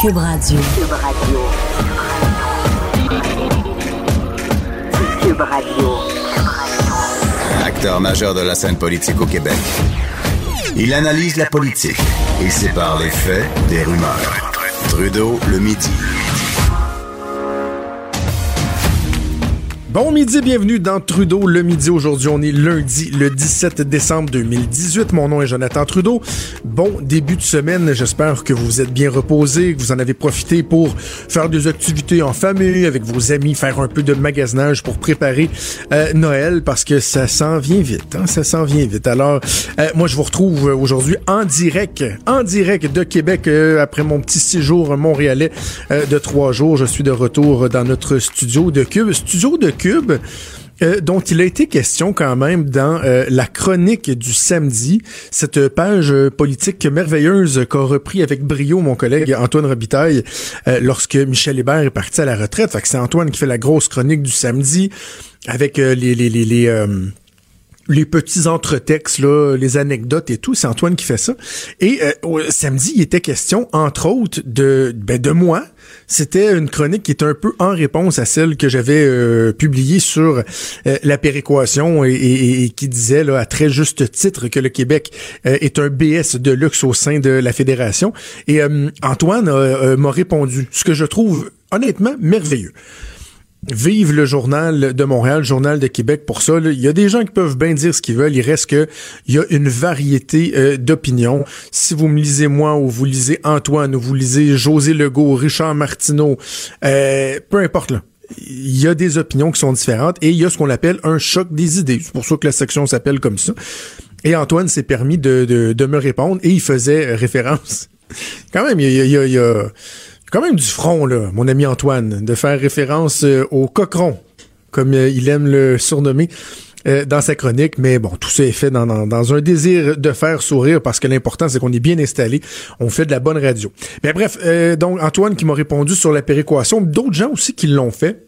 Cube Radio. Cube Radio. Cube Radio. Acteur majeur de la scène politique au Québec. Il analyse la politique et sépare les faits des rumeurs. Trudeau le midi. Bon midi, bienvenue dans Trudeau le midi. Aujourd'hui, on est lundi, le 17 décembre 2018. Mon nom est Jonathan Trudeau. Bon début de semaine. J'espère que vous êtes bien reposés, que vous en avez profité pour faire des activités en famille, avec vos amis, faire un peu de magasinage pour préparer Noël, parce que ça s'en vient vite. Ça s'en vient vite. Alors, moi, je vous retrouve aujourd'hui en direct de Québec, après mon petit séjour montréalais de 3 jours. Je suis de retour dans notre studio de Cube. Dont il a été question quand même dans la chronique du samedi, cette page politique merveilleuse qu'a repris avec brio mon collègue Antoine Robitaille lorsque Michel Hébert est parti à la retraite. Fait que c'est Antoine qui fait la grosse chronique du samedi avec les petits entretextes, là, les anecdotes et tout, c'est Antoine qui fait ça. Et samedi, il était question, entre autres, de moi. C'était une chronique qui était un peu en réponse à celle que j'avais publiée sur la péréquation et qui disait là, à très juste titre que le Québec est un BS de luxe au sein de la Fédération. Et Antoine m'a répondu, ce que je trouve honnêtement merveilleux. Vive le Journal de Montréal, le Journal de Québec pour ça. Il y a des gens qui peuvent bien dire ce qu'ils veulent. Il reste que il y a une variété d'opinions. Si vous me lisez moi ou vous lisez Antoine ou vous lisez José Legault, Richard Martineau, peu importe là. Il y a des opinions qui sont différentes et il y a ce qu'on appelle un choc des idées. C'est pour ça que la section s'appelle comme ça. Et Antoine s'est permis de me répondre et il faisait référence. Quand même, il y a quand même du front, là, mon ami Antoine, de faire référence au cochon, comme il aime le surnommer dans sa chronique. Mais bon, tout ça est fait dans un désir de faire sourire, parce que l'important, c'est qu'on est bien installé, on fait de la bonne radio. Mais bref, donc Antoine qui m'a répondu sur la péréquation, d'autres gens aussi qui l'ont fait.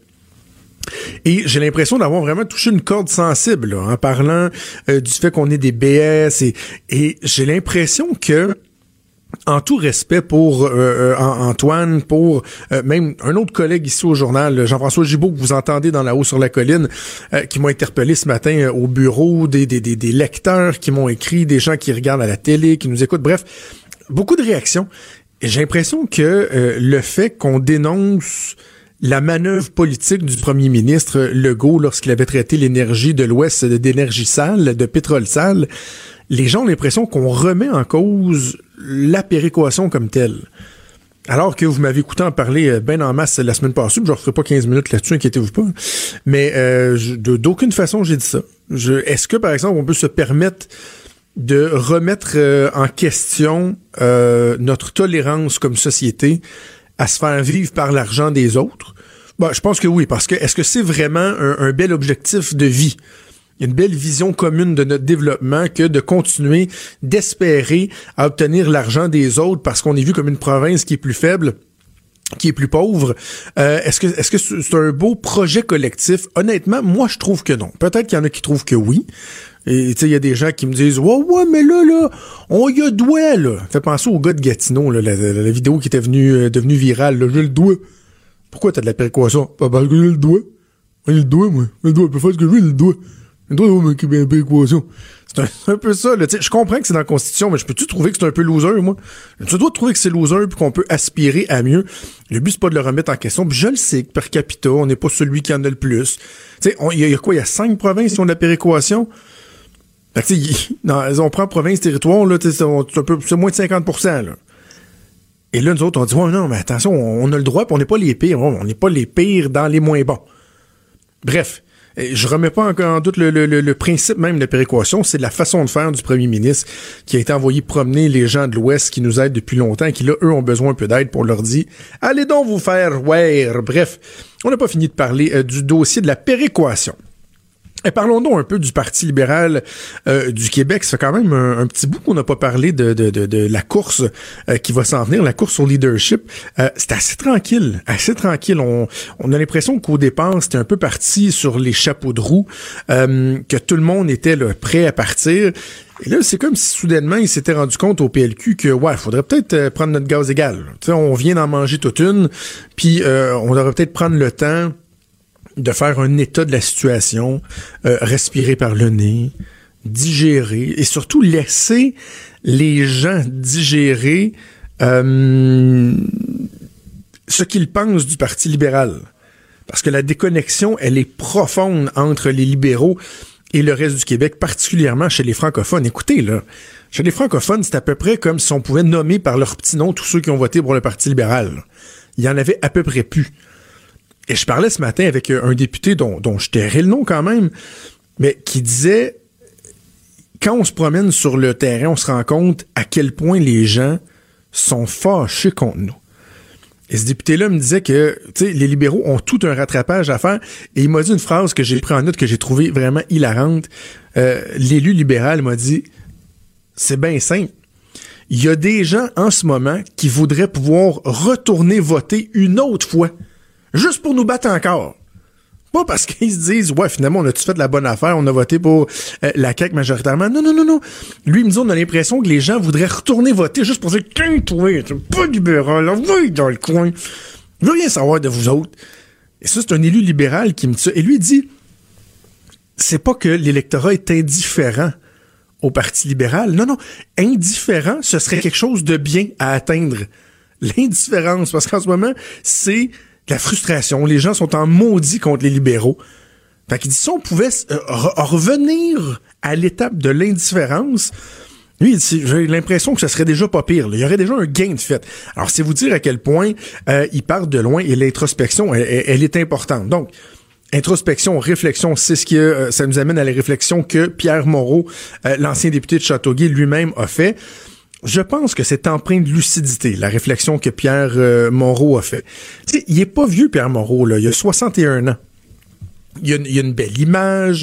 Et j'ai l'impression d'avoir vraiment touché une corde sensible, là, en parlant du fait qu'on est des BS, et j'ai l'impression que, en tout respect pour Antoine, pour même un autre collègue ici au journal, Jean-François Gibault, que vous entendez dans La Haut sur la colline, qui m'ont interpellé ce matin au bureau, des lecteurs qui m'ont écrit, des gens qui regardent à la télé, qui nous écoutent, bref, beaucoup de réactions. Et j'ai l'impression que le fait qu'on dénonce la manœuvre politique du premier ministre Legault lorsqu'il avait traité l'énergie de l'Ouest d'énergie sale, de pétrole sale, les gens ont l'impression qu'on remet en cause la péréquation comme telle. Alors que vous m'avez écouté en parler ben en masse la semaine passée, je ne referai pas 15 minutes là-dessus, inquiétez-vous pas. Mais d'aucune façon j'ai dit ça. Est-ce que, par exemple, on peut se permettre de remettre en question notre tolérance comme société à se faire vivre par l'argent des autres? Ben, je pense que oui, parce que est-ce que c'est vraiment un bel objectif de vie? Il y a une belle vision commune de notre développement que de continuer d'espérer à obtenir l'argent des autres parce qu'on est vu comme une province qui est plus faible, qui est plus pauvre. Est-ce que c'est un beau projet collectif? Honnêtement, moi, je trouve que non. Peut-être qu'il y en a qui trouvent que oui. Et tu sais, il y a des gens qui me disent « Ouais, mais là, on y a doigt, là. » Fait penser au gars de Gatineau, là, la vidéo qui était devenue virale, là. J'ai le doigt. Pourquoi t'as de la péréquation? Parce que j'ai le doigt. J'ai le doigt, moi. Le doigt, peut faire ce que je veux, le doigt. Le doigt, mais qui est une péréquation. C'est un peu ça, là. Tu sais, je comprends que c'est dans la Constitution, mais je peux-tu trouver que c'est un peu loser, moi? Tu dois trouver que c'est loser puis qu'on peut aspirer à mieux. Le but, c'est pas de le remettre en question. Puis je le sais que per capita, on n'est pas celui qui en a le plus. Tu sais, il y a quoi? Il y a 5 provinces qui ont de la péréquation? Fait que, tu sais, on prend province-territoire, là, c'est moins de 50%, là. Et là, nous autres, on dit, ouais, non, mais attention, on a le droit, puis on n'est pas les pires. On n'est pas les pires dans les moins bons. Bref. Je remets pas encore en doute le principe même de la péréquation, c'est la façon de faire du premier ministre qui a été envoyé promener les gens de l'Ouest qui nous aident depuis longtemps et qui, là, eux, ont besoin un peu d'aide pour leur dire « Allez donc vous faire wear ». Bref, on n'a pas fini de parler du dossier de la péréquation. Et parlons donc un peu du Parti libéral du Québec. Ça fait quand même un petit bout qu'on n'a pas parlé de la course qui va s'en venir, la course au leadership. C'est assez tranquille, assez tranquille. On a l'impression qu'au départ, c'était un peu parti sur les chapeaux de roue, que tout le monde était là, prêt à partir. Et là, c'est comme si soudainement, ils s'étaient rendu compte au PLQ que, ouais, faudrait peut-être prendre notre gaz égal. Tu sais, on vient d'en manger toute une, puis on devrait peut-être prendre le temps de faire un état de la situation, respirer par le nez, digérer, et surtout laisser les gens digérer ce qu'ils pensent du Parti libéral. Parce que la déconnexion, elle est profonde entre les libéraux et le reste du Québec, particulièrement chez les francophones. Écoutez, là, chez les francophones, c'est à peu près comme si on pouvait nommer par leur petit nom tous ceux qui ont voté pour le Parti libéral. Là. Il y en avait à peu près plus. Et je parlais ce matin avec un député dont je tairai le nom quand même, mais qui disait, quand on se promène sur le terrain, on se rend compte à quel point les gens sont fâchés contre nous. Et ce député-là me disait que, tu sais, les libéraux ont tout un rattrapage à faire. Et il m'a dit une phrase que j'ai pris en note, que j'ai trouvée vraiment hilarante. L'élu libéral m'a dit, c'est bien simple. Il y a des gens en ce moment qui voudraient pouvoir retourner voter une autre fois. Juste pour nous battre encore. Pas parce qu'ils se disent, ouais, finalement, on a-tu fait la bonne affaire, on a voté pour la CAQ majoritairement. Non. Lui, il me dit, on a l'impression que les gens voudraient retourner voter juste pour dire, tiens, toi, t'es pas libéral, va dans le coin. Je veux rien savoir de vous autres. Et ça, c'est un élu libéral qui me dit ça. Et lui, il dit, c'est pas que l'électorat est indifférent au Parti libéral. Non. Indifférent, ce serait quelque chose de bien à atteindre. L'indifférence, parce qu'en ce moment, c'est la frustration. Les gens sont en maudit contre les libéraux. Fait qu'il dit, si on pouvait revenir à l'étape de l'indifférence, lui, il dit, j'ai l'impression que ce serait déjà pas pire. Là. Il y aurait déjà un gain de fait. Alors, c'est vous dire à quel point il part de loin et l'introspection, elle est importante. Donc, introspection, réflexion, c'est ce que ça nous amène à la réflexion que Pierre Moreau, l'ancien député de Châteauguay, lui-même a fait. Je pense que c'est empreint de lucidité, la réflexion que Pierre Moreau a fait. T'sais, il est pas vieux, Pierre Moreau, là. Il a 61 ans. Il a une belle image.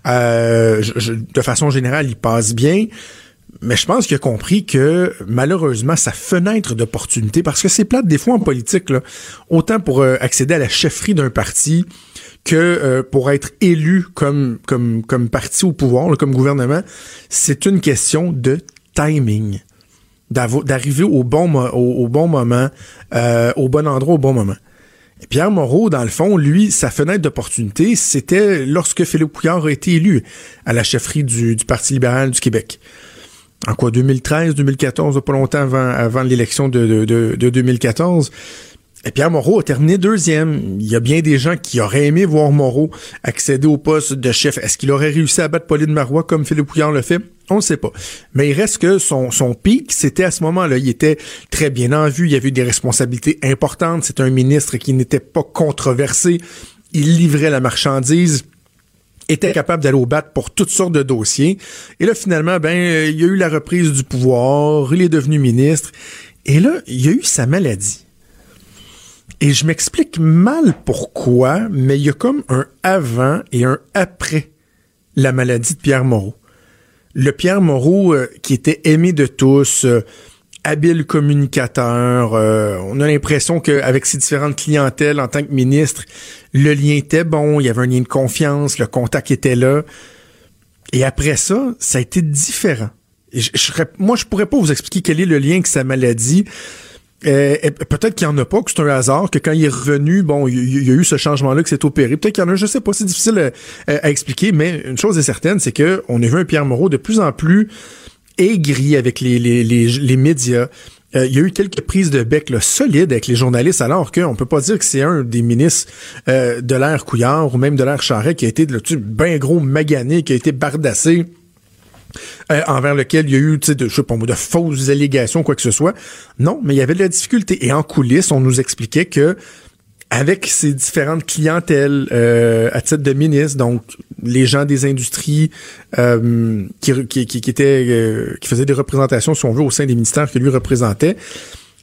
De façon générale, il passe bien. Mais je pense qu'il a compris que, malheureusement, sa fenêtre d'opportunité, parce que c'est plate des fois en politique, là, autant pour accéder à la chefferie d'un parti que pour être élu comme parti au pouvoir, là, comme gouvernement, c'est une question de timing. D'arriver au bon moment, au bon endroit, au bon moment. Et Pierre Moreau, dans le fond, lui, sa fenêtre d'opportunité, c'était lorsque Philippe Couillard a été élu à la chefferie du Parti libéral du Québec. En quoi, 2013, 2014, pas longtemps avant l'élection de 2014. Et Pierre Moreau a terminé deuxième. Il y a bien des gens qui auraient aimé voir Moreau accéder au poste de chef. Est-ce qu'il aurait réussi à battre Pauline Marois comme Philippe Couillard le fait? On ne sait pas. Mais il reste que son pic, c'était à ce moment-là. Il était très bien en vue. Il avait eu des responsabilités importantes. C'était un ministre qui n'était pas controversé. Il livrait la marchandise. Était capable d'aller au bat pour toutes sortes de dossiers. Et là, finalement, il y a eu la reprise du pouvoir. Il est devenu ministre. Et là, il y a eu sa maladie. Et je m'explique mal pourquoi, mais il y a comme un avant et un après la maladie de Pierre Moreau. Le Pierre Moreau qui était aimé de tous, habile communicateur, on a l'impression qu'avec ses différentes clientèles en tant que ministre, le lien était bon, il y avait un lien de confiance, le contact était là. Et après ça, ça a été différent. Et moi, je pourrais pas vous expliquer quel est le lien avec sa maladie. Peut-être qu'il n'y en a pas, que c'est un hasard, que quand il est revenu, il y a eu ce changement-là, que c'est opéré. Peut-être qu'il y en a, je sais pas, c'est difficile à expliquer, mais une chose est certaine, c'est que on a vu un Pierre Moreau de plus en plus aigri avec les médias. Il y a eu quelques prises de bec là, solides avec les journalistes, alors qu'on peut pas dire que c'est un des ministres de l'ère Couillard ou même de l'ère Charest qui a été ben gros magané, qui a été bardassé. Envers lequel il y a eu, je sais pas, de fausses allégations, quoi que ce soit. Non, mais il y avait de la difficulté. Et en coulisses, on nous expliquait que avec ces différentes clientèles à titre de ministre, donc les gens des industries qui faisaient des représentations, si on veut, au sein des ministères que lui représentait,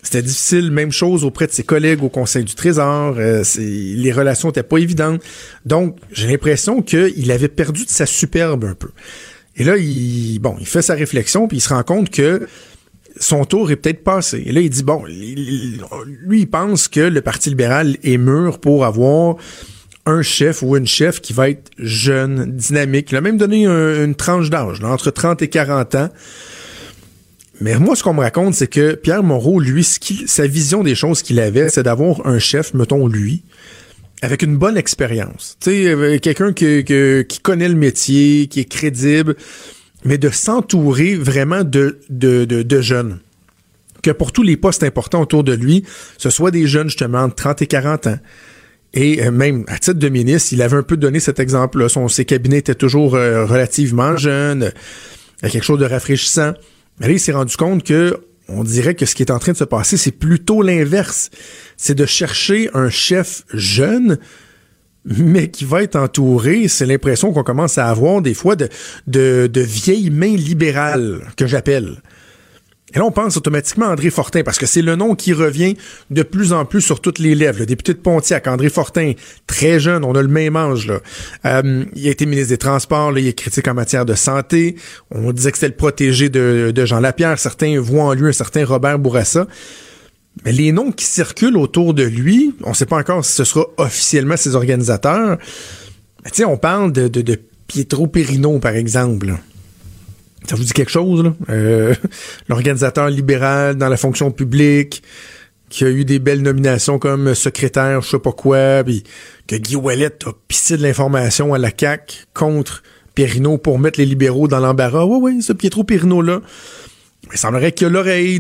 C'était difficile, même chose auprès de ses collègues au Conseil du Trésor. Les relations n'étaient pas évidentes. Donc, j'ai l'impression qu'il avait perdu de sa superbe un peu. Et là, il fait sa réflexion, puis il se rend compte que son tour est peut-être passé. Et là, il dit, lui, il pense que le Parti libéral est mûr pour avoir un chef ou une chef qui va être jeune, dynamique. Il a même donné une tranche d'âge, là, entre 30 et 40 ans. Mais moi, ce qu'on me raconte, c'est que Pierre Moreau, lui, sa vision des choses qu'il avait, c'est d'avoir un chef, mettons lui, avec une bonne expérience. Tu sais, quelqu'un qui connaît le métier, qui est crédible, mais de s'entourer vraiment de jeunes. Que pour tous les postes importants autour de lui, ce soit des jeunes, justement, de 30 et 40 ans. Et même, à titre de ministre, il avait un peu donné cet exemple-là. Ses cabinets étaient toujours relativement jeunes. Il y a quelque chose de rafraîchissant. Mais là, il s'est rendu compte que on dirait que ce qui est en train de se passer, c'est plutôt l'inverse. C'est de chercher un chef jeune, mais qui va être entouré, c'est l'impression qu'on commence à avoir des fois de vieilles mains libérales, que j'appelle. Et là, on pense automatiquement à André Fortin, parce que c'est le nom qui revient de plus en plus sur toutes les lèvres. Le député de Pontiac, André Fortin, très jeune, on a le même âge, là. Il a été ministre des Transports, là, il est critique en matière de santé. On disait que c'était le protégé de Jean Lapierre. Certains voient en lui un certain Robert Bourassa. Mais les noms qui circulent autour de lui, on ne sait pas encore si ce sera officiellement ses organisateurs. Tu sais, on parle de Pietro Perino, par exemple. Ça vous dit quelque chose, là? L'organisateur libéral dans la fonction publique, qui a eu des belles nominations comme secrétaire, je sais pas quoi, puis que Guy Ouellet a pissé de l'information à la CAQ contre Perino pour mettre les libéraux dans l'embarras. Oui, ce Pietro Perino-là. Il semblerait qu'il y a l'oreille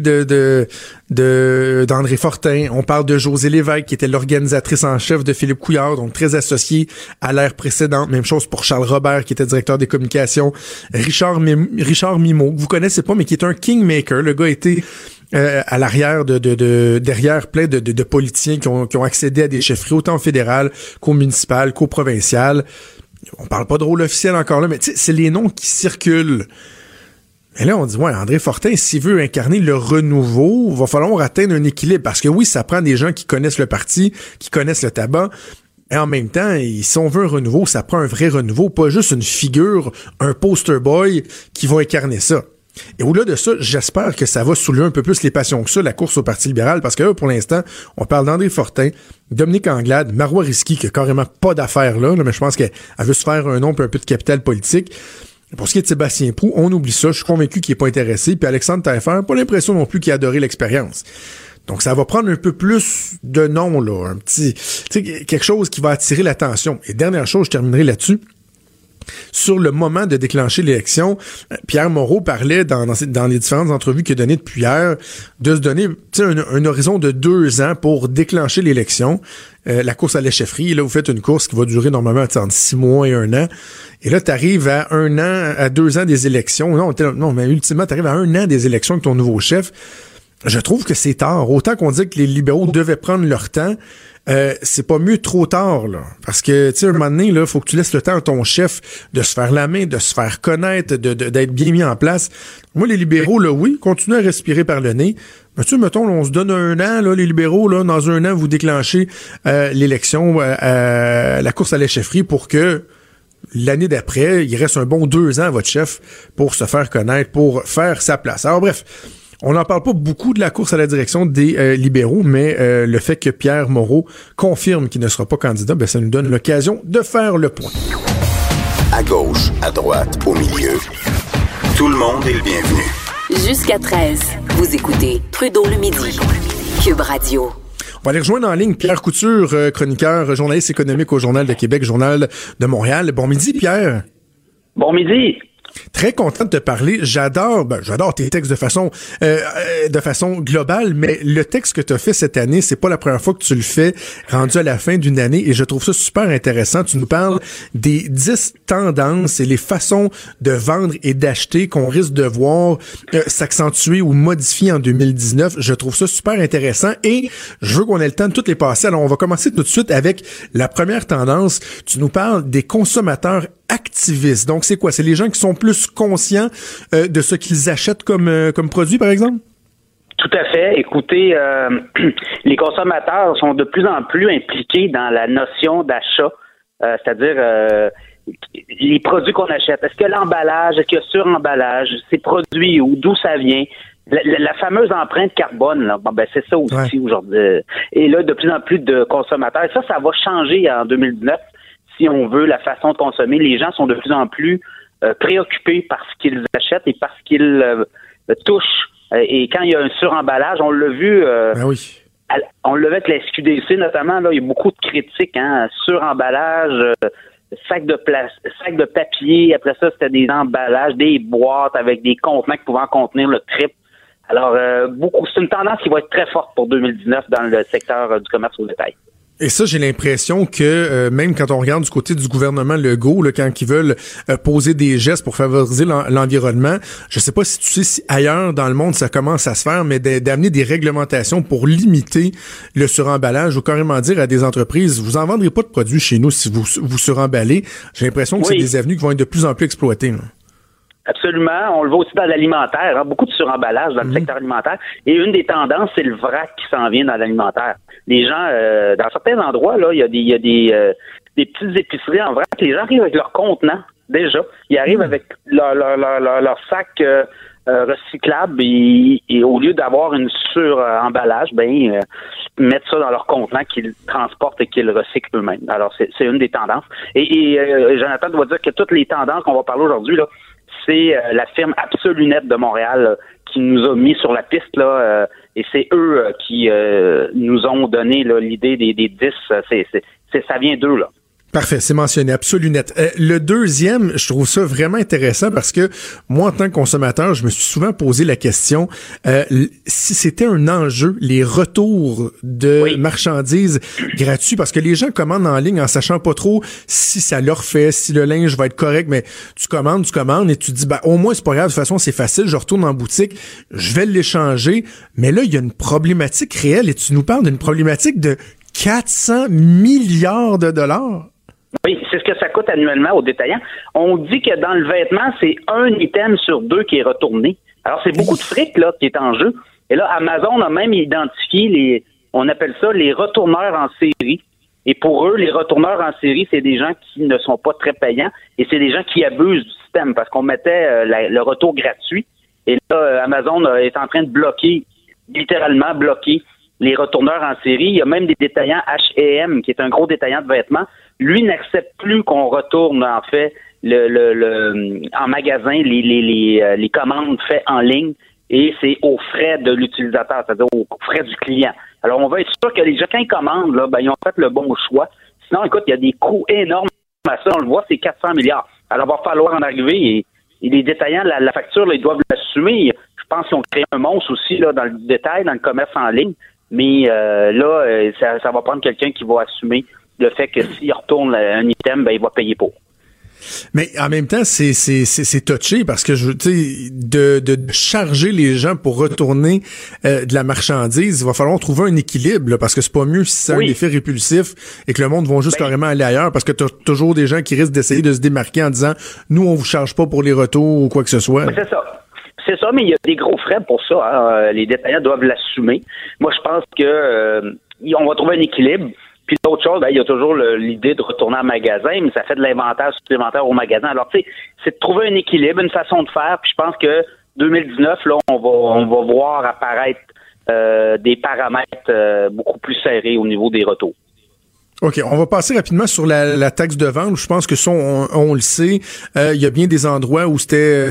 d'André Fortin. On parle de Josée Lévesque, qui était l'organisatrice en chef de Philippe Couillard, donc très associée à l'ère précédente. Même chose pour Charles Robert, qui était directeur des communications. Richard Mimeau, que vous connaissez pas, mais qui est un kingmaker. Le gars était à l'arrière derrière plein de politiciens qui ont accédé à des chefferies autant fédérales qu'au municipal, qu'au provincial. On parle pas de rôle officiel encore là, mais tu sais, c'est les noms qui circulent. Mais là, on dit, André Fortin, s'il veut incarner le renouveau, il va falloir atteindre un équilibre. Parce que oui, ça prend des gens qui connaissent le parti, qui connaissent le tabac. Et en même temps, si on veut un renouveau, ça prend un vrai renouveau, pas juste une figure, un poster boy qui va incarner ça. Et au-delà de ça, j'espère que ça va soulever un peu plus les passions que ça, la course au Parti libéral, parce que là, pour l'instant, on parle d'André Fortin, Dominique Anglade, Marois Risky, qui a carrément pas d'affaires là, mais je pense qu'elle veut se faire un nom et un peu de capital politique. Pour ce qui est de Sébastien Proulx, on oublie ça. Je suis convaincu qu'il est pas intéressé. Puis Alexandre Taillefer, pas l'impression non plus qu'il a adoré l'expérience. Donc, ça va prendre un peu plus de noms, là. Un petit, tu sais, quelque chose qui va attirer l'attention. Et dernière chose, je terminerai là-dessus. Sur le moment de déclencher l'élection, Pierre Moreau parlait dans les différentes entrevues qu'il a données depuis hier de se donner un horizon de 2 ans pour déclencher l'élection. La course à la chefferie, là, vous faites une course qui va durer normalement entre 6 mois et 1 an. Et là, tu arrives à 1 an, à 2 ans des élections. Non, mais ultimement, tu arrives à 1 an des élections avec ton nouveau chef. Je trouve que c'est tard. Autant qu'on dit que les libéraux devaient prendre leur temps, c'est pas mieux trop tard, là. Parce que, tu sais, un moment donné, là, faut que tu laisses le temps à ton chef de se faire la main, de se faire connaître, d'être bien mis en place. Moi, les libéraux, là, oui, continuez à respirer par le nez. Mais tu sais, mettons, là, on se donne 1 an, là, les libéraux, là, dans 1 an, vous déclenchez l'élection, la course à la chefferie pour que l'année d'après, il reste un bon 2 ans à votre chef pour se faire connaître, pour faire sa place. Alors, bref. On n'en parle pas beaucoup de la course à la direction des libéraux, mais le fait que Pierre Moreau confirme qu'il ne sera pas candidat, ça nous donne l'occasion de faire le point. À gauche, à droite, au milieu, tout le monde est le bienvenu. Jusqu'à 13, vous écoutez Trudeau le midi, Cube Radio. On va aller rejoindre en ligne Pierre Couture, chroniqueur, journaliste économique au Journal de Québec, Journal de Montréal. Bon midi, Pierre. Bon midi. Très content de te parler. J'adore tes textes de façon globale, mais le texte que tu as fait cette année, c'est pas la première fois que tu le fais, rendu à la fin d'une année, et je trouve ça super intéressant. Tu nous parles des 10 tendances et les façons de vendre et d'acheter qu'on risque de voir s'accentuer ou modifier en 2019. Je trouve ça super intéressant et je veux qu'on ait le temps de toutes les passer. Alors, on va commencer tout de suite avec la première tendance. Tu nous parles des consommateurs activistes. Donc, c'est quoi? C'est les gens qui sont plus conscients de ce qu'ils achètent comme produit, par exemple? Tout à fait. Écoutez, les consommateurs sont de plus en plus impliqués dans la notion d'achat, c'est-à-dire les produits qu'on achète. Est-ce que l'emballage, est-ce qu'il y a suremballage, c'est produit où, d'où ça vient? La fameuse empreinte carbone, là, c'est ça aussi aujourd'hui. Et là, de plus en plus de consommateurs. Et ça va changer en 2019, si on veut, la façon de consommer. Les gens sont de plus en plus préoccupés par ce qu'ils achètent et par ce qu'ils touchent. Et quand il y a un suremballage, on l'a vu, on l'a vu avec la SQDC notamment, là, il y a beaucoup de critiques, suremballage, sac de papier, après ça, c'était des emballages, des boîtes avec des contenants qui pouvaient en contenir le triple. Alors, c'est une tendance qui va être très forte pour 2019 dans le secteur du commerce au détail. Et ça, j'ai l'impression que même quand on regarde du côté du gouvernement Legault, là, quand ils veulent poser des gestes pour favoriser l'environnement, je sais pas si tu sais si ailleurs dans le monde ça commence à se faire, mais d'amener des réglementations pour limiter le suremballage ou carrément dire à des entreprises, vous en vendrez pas de produits chez nous si vous suremballez. J'ai l'impression que c'est des avenues qui vont être de plus en plus exploitées. Là. Absolument. On le voit aussi dans l'alimentaire. Beaucoup de suremballage dans le secteur alimentaire. Et une des tendances, c'est le vrac qui s'en vient dans l'alimentaire. Les gens, dans certains endroits, là, il y a des petites épiceries en vrac. Les gens arrivent avec leur contenant, déjà. Ils arrivent avec leur sac recyclable et au lieu d'avoir une suremballage, mettre ça dans leur contenant qu'ils transportent et qu'ils recyclent eux-mêmes. Alors, c'est une des tendances. Et Jonathan doit dire que toutes les tendances qu'on va parler aujourd'hui, là, c'est la firme Absolunet de Montréal qui nous a mis sur la piste, là, et c'est eux qui nous ont donné là, l'idée des 10. Ça vient d'eux, là. Parfait, c'est mentionné, Absolunet. Le deuxième, je trouve ça vraiment intéressant parce que moi, en tant que consommateur, je me suis souvent posé la question si c'était un enjeu, les retours de marchandises gratuits, parce que les gens commandent en ligne en sachant pas trop si ça leur fait, si le linge va être correct, mais tu commandes et tu te dis, au moins c'est pas grave, de toute façon c'est facile, je retourne en boutique, je vais l'échanger, mais là, il y a une problématique réelle et tu nous parles d'une problématique de 400 milliards de dollars. Oui, c'est ce que ça coûte annuellement aux détaillants. On dit que dans le vêtement, c'est un item sur 2 qui est retourné. Alors, c'est beaucoup de fric là qui est en jeu. Et là, Amazon a même identifié on appelle ça les retourneurs en série. Et pour eux, les retourneurs en série, c'est des gens qui ne sont pas très payants et c'est des gens qui abusent du système parce qu'on mettait le retour gratuit. Et là, Amazon est en train de littéralement bloquer les retourneurs en série. Il y a même des détaillants H&M, qui est un gros détaillant de vêtements. Lui n'accepte plus qu'on retourne, en fait, en magasin, les commandes faites en ligne, et c'est aux frais de l'utilisateur, c'est-à-dire aux frais du client. Alors, on va être sûr que les gens, quand ils commandent, là, ils ont fait le bon choix. Sinon, écoute, il y a des coûts énormes à ça. On le voit, c'est 400 milliards. Alors, il va falloir en arriver, et les détaillants, la facture, là, ils doivent l'assumer. Je pense qu'ils ont créé un monstre aussi, là, dans le détail, dans le commerce en ligne. Mais ça va prendre quelqu'un qui va assumer le fait que s'il retourne un item, il va payer pour. Mais en même temps, c'est touché parce que de charger les gens pour retourner de la marchandise, il va falloir trouver un équilibre là, parce que c'est pas mieux si c'est un effet répulsif et que le monde va juste carrément aller ailleurs parce que t'as toujours des gens qui risquent d'essayer de se démarquer en disant nous on vous charge pas pour les retours ou quoi que ce soit. C'est ça. C'est ça, mais il y a des gros frais pour ça. Hein. Les détaillants doivent l'assumer. Moi, je pense que on va trouver un équilibre. Puis l'autre chose, il y a toujours l'idée de retourner en magasin, mais ça fait de l'inventaire supplémentaire au magasin. Alors, tu sais, c'est de trouver un équilibre, une façon de faire. Puis je pense que 2019, là, on va voir apparaître des paramètres beaucoup plus serrés au niveau des retours. OK, on va passer rapidement sur la taxe de vente. Je pense que ça, on le sait. Il y a bien des endroits où c'était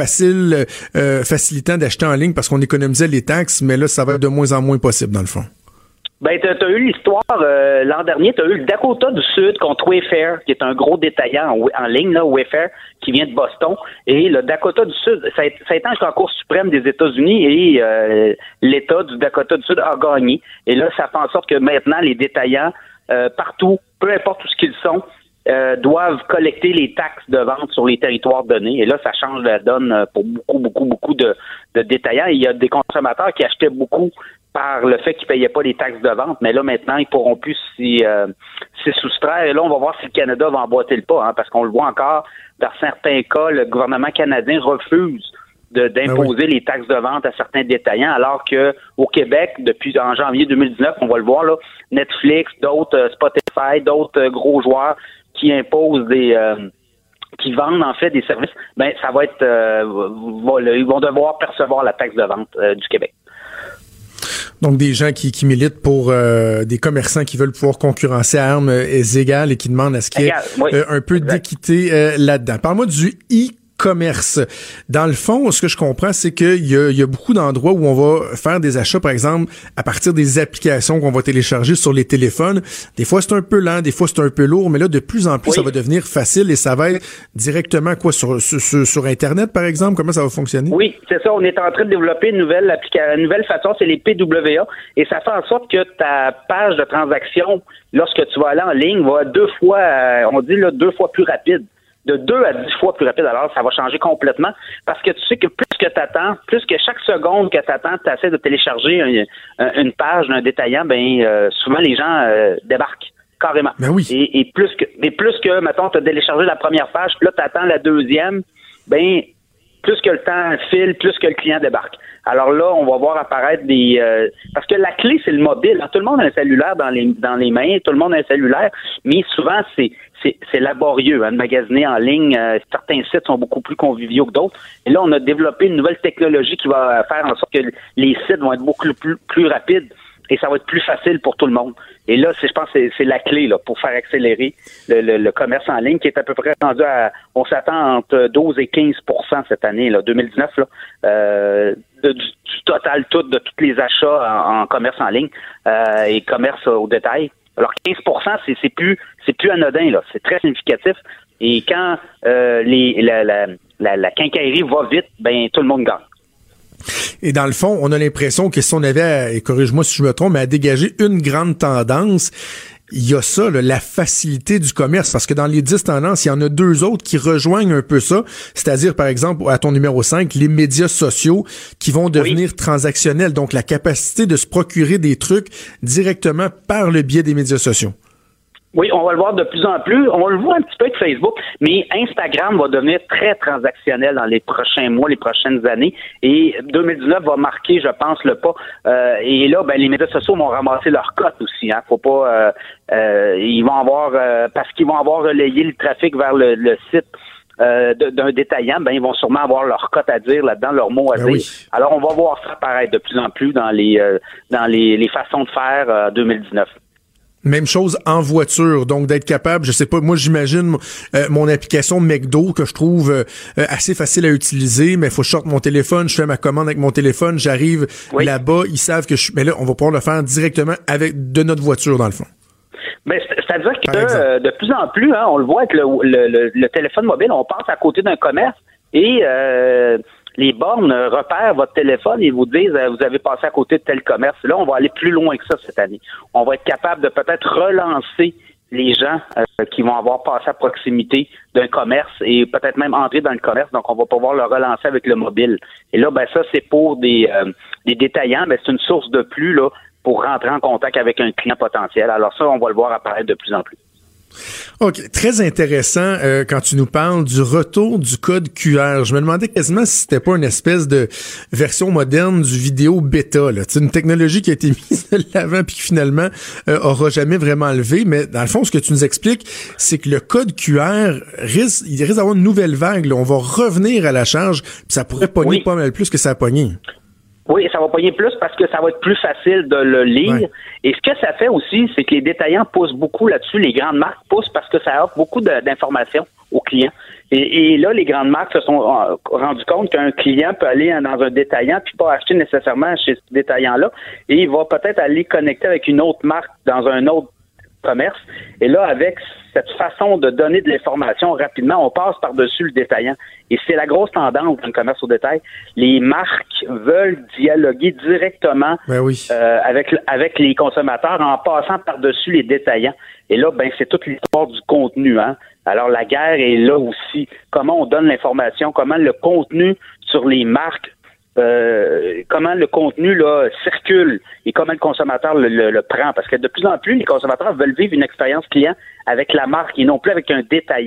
facilitant d'acheter en ligne parce qu'on économisait les taxes, mais là, ça va être de moins en moins possible, dans le fond. T'as eu l'histoire, l'an dernier, t'as eu le Dakota du Sud contre Wayfair, qui est un gros détaillant en ligne, là, Wayfair, qui vient de Boston. Et le Dakota du Sud, ça a été jusqu'en Cour suprême des États-Unis et l'État du Dakota du Sud a gagné. Et là, ça fait en sorte que maintenant, les détaillants partout, peu importe où ce qu'ils sont, doivent collecter les taxes de vente sur les territoires donnés. Et là, ça change la donne pour beaucoup de détaillants. Et il y a des consommateurs qui achetaient beaucoup par le fait qu'ils ne payaient pas les taxes de vente. Mais là, maintenant, ils ne pourront plus s'y soustraire. Et là, on va voir si le Canada va emboîter le pas, parce qu'on le voit encore, dans certains cas, le gouvernement canadien refuse d'imposer les taxes de vente à certains détaillants, alors que au Québec, depuis en janvier 2019, on va le voir là, Netflix, d'autres Spotify, d'autres gros joueurs qui imposent qui vendent en fait des services, ben ça va être ils vont devoir percevoir la taxe de vente du Québec. Donc, des gens qui militent pour des commerçants qui veulent pouvoir concurrencer à armes égales et qui demandent à ce qu'il y ait un peu d'équité là-dedans. Parle-moi du commerce. Dans le fond, ce que je comprends, c'est qu'il y a beaucoup d'endroits où on va faire des achats, par exemple, à partir des applications qu'on va télécharger sur les téléphones. Des fois, c'est un peu lent, des fois, c'est un peu lourd, mais là, de plus en plus, ça va devenir facile et ça va être directement sur Internet, par exemple? Comment ça va fonctionner? Oui, c'est ça. On est en train de développer une nouvelle façon, c'est les PWA, et ça fait en sorte que ta page de transaction, lorsque tu vas aller en ligne, va 2 fois, on dit 2 fois plus rapide. De 2 à 10 fois plus rapide. Alors, ça va changer complètement parce que tu sais que plus que tu attends, plus que chaque seconde que tu attends, tu essaies de télécharger une page d'un détaillant, souvent les gens débarquent carrément. Ben oui. Et plus que, mettons, tu as téléchargé la première page, puis là, tu attends la deuxième, plus que le temps file, plus que le client débarque. Alors là, on va voir apparaître parce que la clé, c'est le mobile. Tout le monde a un cellulaire dans les mains, tout le monde a un cellulaire, mais souvent, c'est laborieux de magasiner en ligne. Certains sites sont beaucoup plus conviviaux que d'autres. Et là, on a développé une nouvelle technologie qui va faire en sorte que les sites vont être beaucoup plus rapides et ça va être plus facile pour tout le monde. Et là, je pense que c'est la clé là, pour faire accélérer le commerce en ligne qui est à peu près rendu on s'attend entre 12 et 15% cette année, là, 2019, là, du total de tous les achats en commerce en ligne et commerce au détail. Alors 15%, c'est plus anodin, là, c'est très significatif. Et quand la quincaillerie va vite, tout le monde gagne. Et dans le fond, on a l'impression que si on avait, et corrige-moi si je me trompe, mais à dégager une grande tendance, il y a ça, là, la facilité du commerce, parce que dans les 10 tendances, il y en a 2 autres qui rejoignent un peu ça, c'est-à-dire, par exemple, à ton numéro 5, les médias sociaux qui vont devenir transactionnels, donc la capacité de se procurer des trucs directement par le biais des médias sociaux. Oui, on va le voir de plus en plus. On le voit un petit peu avec Facebook, mais Instagram va devenir très transactionnel dans les prochains mois, les prochaines années. Et 2019 va marquer, je pense, le pas. Et là, les médias sociaux vont ramasser leur cote aussi. Faut pas. Ils vont avoir parce qu'ils vont avoir relayé le trafic vers le site d'un détaillant. Ils vont sûrement avoir leur cote à dire là-dedans, leur mot à dire. Oui. Alors, on va voir ça apparaître de plus en plus dans les façons de faire 2019. Même chose en voiture, donc d'être capable, je sais pas, moi j'imagine mon application McDo que je trouve assez facile à utiliser, mais il faut que je sorte mon téléphone, je fais ma commande avec mon téléphone, j'arrive là-bas, ils savent que mais là on va pouvoir le faire directement de notre voiture dans le fond. C'est-à-dire que de plus en plus, on le voit avec le téléphone mobile, on passe à côté d'un commerce et les bornes repèrent votre téléphone et vous disent vous avez passé à côté de tel commerce. Là, on va aller plus loin que ça cette année. On va être capable de peut-être relancer les gens qui vont avoir passé à proximité d'un commerce et peut-être même entrer dans le commerce. Donc, on va pouvoir le relancer avec le mobile. Et là, ça, c'est pour des détaillants. C'est une source de plus là pour rentrer en contact avec un client potentiel. Alors ça, on va le voir apparaître de plus en plus. OK. Très intéressant quand tu nous parles du retour du code QR. Je me demandais quasiment si c'était pas une espèce de version moderne du vidéo bêta. C'est une technologie qui a été mise de l'avant puis qui finalement aura jamais vraiment levé. Mais dans le fond, ce que tu nous expliques, c'est que le code QR risque d'avoir une nouvelle vague. Là. On va revenir à la charge puis ça pourrait pogner pas mal plus que ça a pogné. Oui, ça va pogner plus parce que ça va être plus facile de le lire. Ouais. Et ce que ça fait aussi, c'est que les détaillants poussent beaucoup là-dessus. Les grandes marques poussent parce que ça offre beaucoup d'informations aux clients. Et là, les grandes marques se sont rendues compte qu'un client peut aller dans un détaillant puis pas acheter nécessairement chez ce détaillant-là. Et il va peut-être aller connecter avec une autre marque dans un autre commerce. Et là, avec cette façon de donner de l'information rapidement, on passe par-dessus le détaillant. Et c'est la grosse tendance dans le commerce au détail. Les marques veulent dialoguer directement avec les consommateurs en passant par-dessus les détaillants. Et là, c'est toute l'histoire du contenu. Alors, la guerre est là aussi. Comment on donne l'information, comment le contenu sur les marques comment le contenu là circule et comment le consommateur le prend. Parce que de plus en plus, les consommateurs veulent vivre une expérience client avec la marque et non plus avec un détaillant.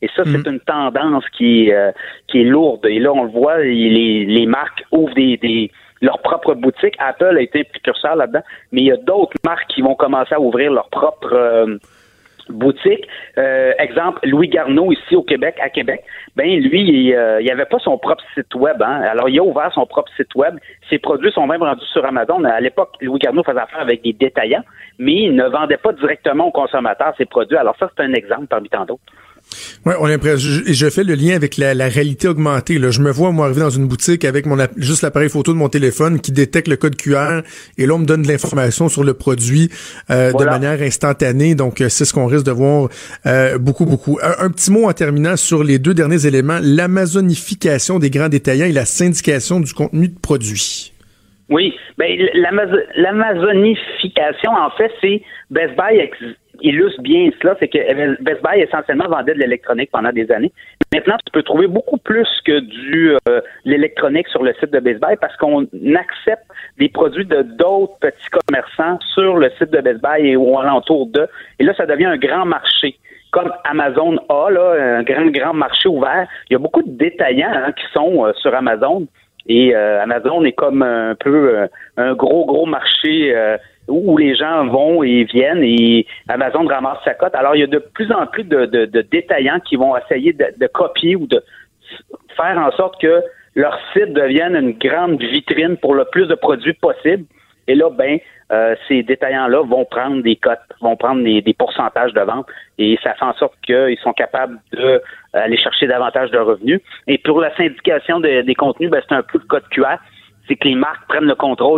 Et ça, c'est une tendance qui est lourde. Et là, on le voit, les marques ouvrent leurs propres boutiques. Apple a été un précurseur là-dedans, mais il y a d'autres marques qui vont commencer à ouvrir leurs propres boutique. Exemple, Louis Garneau ici à Québec, lui, il avait pas son propre site web. Alors, il a ouvert son propre site web. Ses produits sont même rendus sur Amazon. À l'époque, Louis Garneau faisait affaire avec des détaillants, mais il ne vendait pas directement aux consommateurs ses produits. Alors ça, c'est un exemple parmi tant d'autres. Ouais, je fais le lien avec la réalité augmentée. Là, je me vois moi arriver dans une boutique avec juste l'appareil photo de mon téléphone qui détecte le code QR et là on me donne de l'information sur le produit de manière instantanée. Donc c'est ce qu'on risque de voir beaucoup. Un petit mot en terminant sur les deux derniers éléments, l'amazonification des grands détaillants et la syndication du contenu de produits. Oui, l'amazonification, en fait, c'est Best Buy illustre bien cela, c'est que Best Buy essentiellement vendait de l'électronique pendant des années. Maintenant, tu peux trouver beaucoup plus que l'électronique sur le site de Best Buy parce qu'on accepte des produits de d'autres petits commerçants sur le site de Best Buy et ou alentour d'eux. Et là, ça devient un grand marché. Comme Amazon a, là, un grand marché ouvert. Il y a beaucoup de détaillants qui sont sur Amazon. Et Amazon est comme un peu un gros marché où les gens vont et viennent et Amazon ramasse sa cote. Alors, il y a de plus en plus de détaillants qui vont essayer de copier ou de faire en sorte que leur site devienne une grande vitrine pour le plus de produits possible. Et là, ces détaillants-là vont prendre des cotes, vont prendre des pourcentages de vente et ça fait en sorte qu'ils sont capables d'aller chercher davantage de revenus. Et pour la syndication des contenus, c'est un peu le code QR. C'est que les marques prennent le contrôle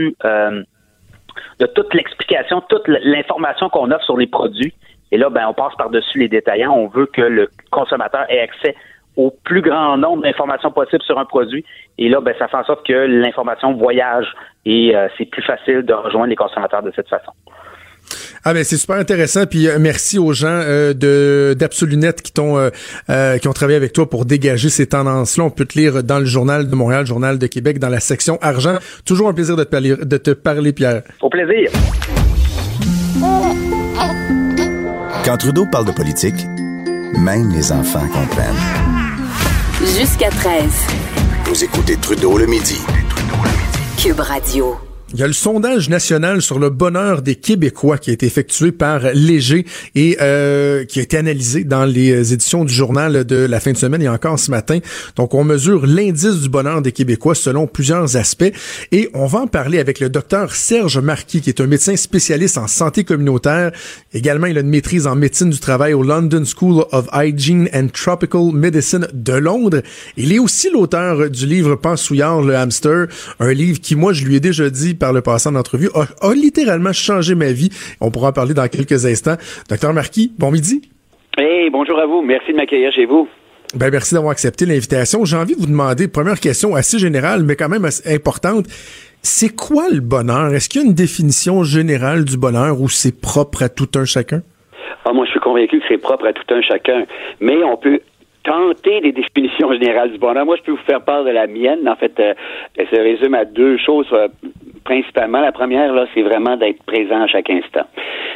de toute l'explication, toute l'information qu'on offre sur les produits. Et là, on passe par-dessus les détaillants. On veut que le consommateur ait accès au plus grand nombre d'informations possibles sur un produit. Et là, ça fait en sorte que l'information voyage et c'est plus facile de rejoindre les consommateurs de cette façon. C'est super intéressant, puis merci aux gens d'Absolunet qui ont travaillé avec toi pour dégager ces tendances-là. On peut te lire dans le Journal de Montréal, Journal de Québec, dans la section Argent. Toujours un plaisir de te parler, Pierre. Au plaisir. Quand Trudeau parle de politique, même les enfants comprennent. Jusqu'à 13. Vous écoutez Trudeau le midi. Cube Radio. Il y a le sondage national sur le bonheur des Québécois qui a été effectué par Léger et qui a été analysé dans les éditions du Journal de la fin de semaine et encore ce matin. Donc, on mesure l'indice du bonheur des Québécois selon plusieurs aspects et on va en parler avec le docteur Serge Marquis, qui est un médecin spécialiste en santé communautaire. Également, il a une maîtrise en médecine du travail au London School of Hygiene and Tropical Medicine de Londres. Il est aussi l'auteur du livre Pansouillard, le hamster, un livre qui, moi, je lui ai déjà dit par le passé en entrevue, a littéralement changé ma vie. On pourra en parler dans quelques instants. Docteur Marquis, bon midi. Hey, bonjour à vous. Merci de m'accueillir chez vous. Merci d'avoir accepté l'invitation. J'ai envie de vous demander, première question assez générale, mais quand même assez importante. C'est quoi le bonheur? Est-ce qu'il y a une définition générale du bonheur ou c'est propre à tout un chacun? Moi, je suis convaincu que c'est propre à tout un chacun. Mais on peut tenter des définitions générales du bonheur. Moi, je peux vous faire part de la mienne. En fait, elle se résume à deux choses principalement. La première, là, c'est vraiment d'être présent à chaque instant.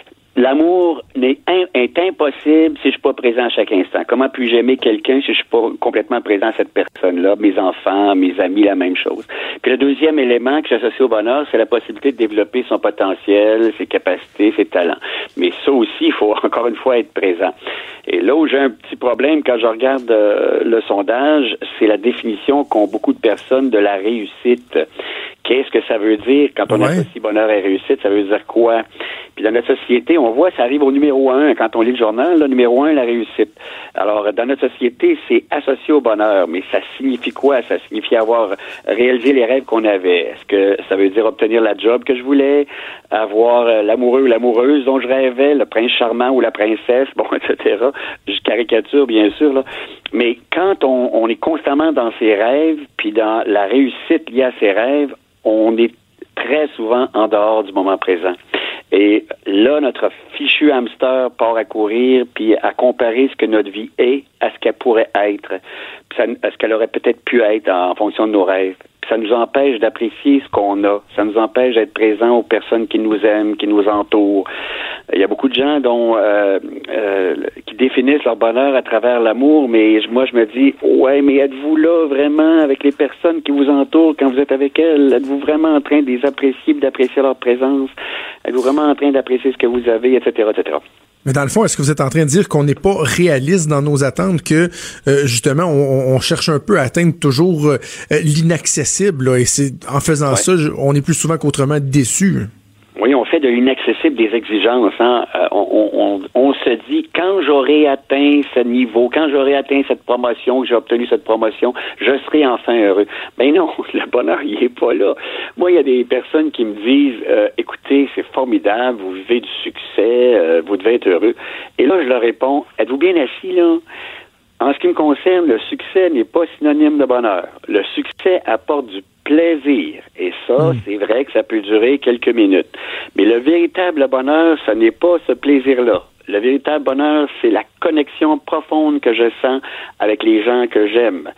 L'amour est impossible si je suis pas présent à chaque instant. Comment puis-je aimer quelqu'un si je suis pas complètement présent à cette personne-là? Mes enfants, mes amis, la même chose. Puis le deuxième élément que j'associe au bonheur, c'est la possibilité de développer son potentiel, ses capacités, ses talents. Mais ça aussi, il faut encore une fois être présent. Et là où j'ai un petit problème quand je regarde le sondage, c'est la définition qu'ont beaucoup de personnes de la réussite. Qu'est-ce que ça veut dire quand on associe bonheur et réussite? Ça veut dire quoi? Puis dans notre société, on voit, ça arrive au numéro 1 quand on lit le journal, là, numéro 1, la réussite. Alors, dans notre société, c'est associé au bonheur, mais ça signifie quoi? Ça signifie avoir réalisé les rêves qu'on avait. Est-ce que ça veut dire obtenir la job que je voulais, avoir l'amoureux ou l'amoureuse dont je rêvais, le prince charmant ou la princesse, etc. Je caricature, bien sûr, là. Mais quand on est constamment dans ses rêves, puis dans la réussite liée à ses rêves, on est très souvent en dehors du moment présent. Et là, notre fichu hamster part à courir puis à comparer ce que notre vie est à ce qu'elle pourrait être, à ce qu'elle aurait peut-être pu être en fonction de nos rêves. Puis ça nous empêche d'apprécier ce qu'on a. Ça nous empêche d'être présent aux personnes qui nous aiment, qui nous entourent. Il y a beaucoup de gens qui définissent leur bonheur à travers l'amour, mais moi je me dis, ouais, mais êtes-vous là vraiment avec les personnes qui vous entourent quand vous êtes avec elles? Êtes-vous vraiment en train de les apprécier, d'apprécier leur présence? Êtes-vous vraiment en train d'apprécier ce que vous avez, etc., etc.? Mais dans le fond, est-ce que vous êtes en train de dire qu'on n'est pas réaliste dans nos attentes, que justement on cherche un peu à atteindre toujours l'inaccessible, là, et c'est en faisant ça, on est plus souvent qu'autrement déçu? Oui, on fait de l'inaccessible des exigences. Hein? On se dit, quand j'aurai atteint ce niveau, quand j'aurai atteint cette promotion, que j'ai obtenu cette promotion, je serai enfin heureux. Ben non, le bonheur, il est pas là. Moi, il y a des personnes qui me disent, écoutez, c'est formidable, vous vivez du succès, vous devez être heureux. Et là, je leur réponds, êtes-vous bien assis, là? En ce qui me concerne, le succès n'est pas synonyme de bonheur. Le succès apporte du plaisir. Et ça, c'est vrai que ça peut durer quelques minutes. Mais le véritable bonheur, ce n'est pas ce plaisir-là. Le véritable bonheur, c'est la connexion profonde que je sens avec les gens que j'aime.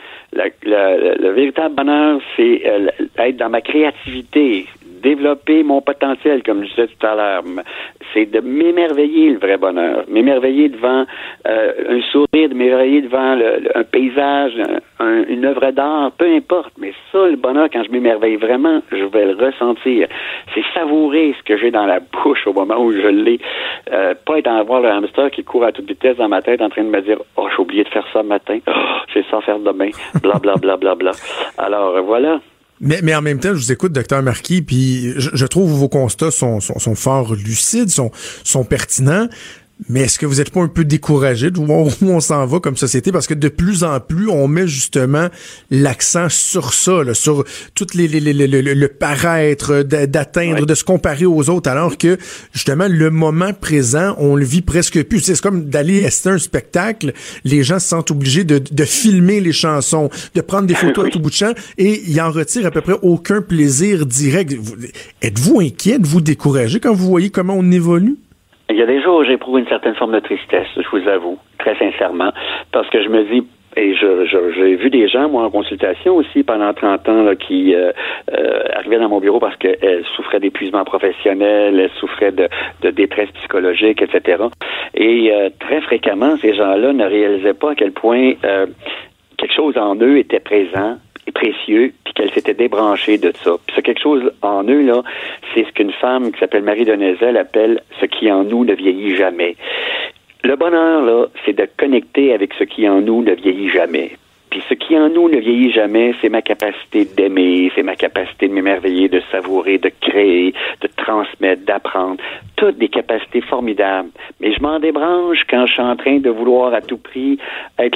Le véritable bonheur, c'est être dans ma créativité, développer mon potentiel, comme je disais tout à l'heure. C'est de m'émerveiller, le vrai bonheur. M'émerveiller devant un sourire, de m'émerveiller devant un paysage, une œuvre d'art, peu importe. Mais ça, le bonheur, quand je m'émerveille vraiment, je vais le ressentir. C'est savourer ce que j'ai dans la bouche au moment où je l'ai. Pas être en voir le hamster qui court à toute vitesse dans ma tête en train de me dire « Oh, j'ai oublié de faire ça le matin. Oh, j'ai ça à faire demain. » Bla, bla, bla, bla, bla. Alors, voilà. Mais en même temps, je vous écoute, Dr Marquis, puis je trouve vos constats sont fort lucides, sont pertinents. Mais est-ce que vous n'êtes pas un peu découragé de voir où on s'en va comme société? Parce que de plus en plus, on met justement l'accent sur ça, là, sur tout le paraître, d'atteindre, de se comparer aux autres, alors que justement, le moment présent, on le vit presque plus. C'est comme d'aller assister à un spectacle, les gens se sentent obligés de filmer les chansons, de prendre des photos à tout bout de champ, et ils en retirent à peu près aucun plaisir direct. Êtes-vous inquiet, êtes-vous découragé quand vous voyez comment on évolue? Il y a des jours où j'éprouve une certaine forme de tristesse, je vous avoue, très sincèrement, parce que je me dis, et j'ai vu des gens, moi, en consultation aussi, pendant 30 ans, là, qui arrivaient dans mon bureau parce qu'elles souffraient d'épuisement professionnel, elles souffraient de détresse psychologique, etc. Et très fréquemment, ces gens-là ne réalisaient pas à quel point quelque chose en eux était présent et précieux, puis qu'elle s'était débranchée de ça. Puis ça, quelque chose en eux, là, c'est ce qu'une femme qui s'appelle Marie Denezel appelle « ce qui en nous ne vieillit jamais ». Le bonheur, là, c'est de connecter avec ce qui en nous ne vieillit jamais. Puis ce qui en nous ne vieillit jamais, c'est ma capacité d'aimer, c'est ma capacité de m'émerveiller, de savourer, de créer, de transmettre, d'apprendre. Toutes des capacités formidables. Mais je m'en débranche quand je suis en train de vouloir à tout prix être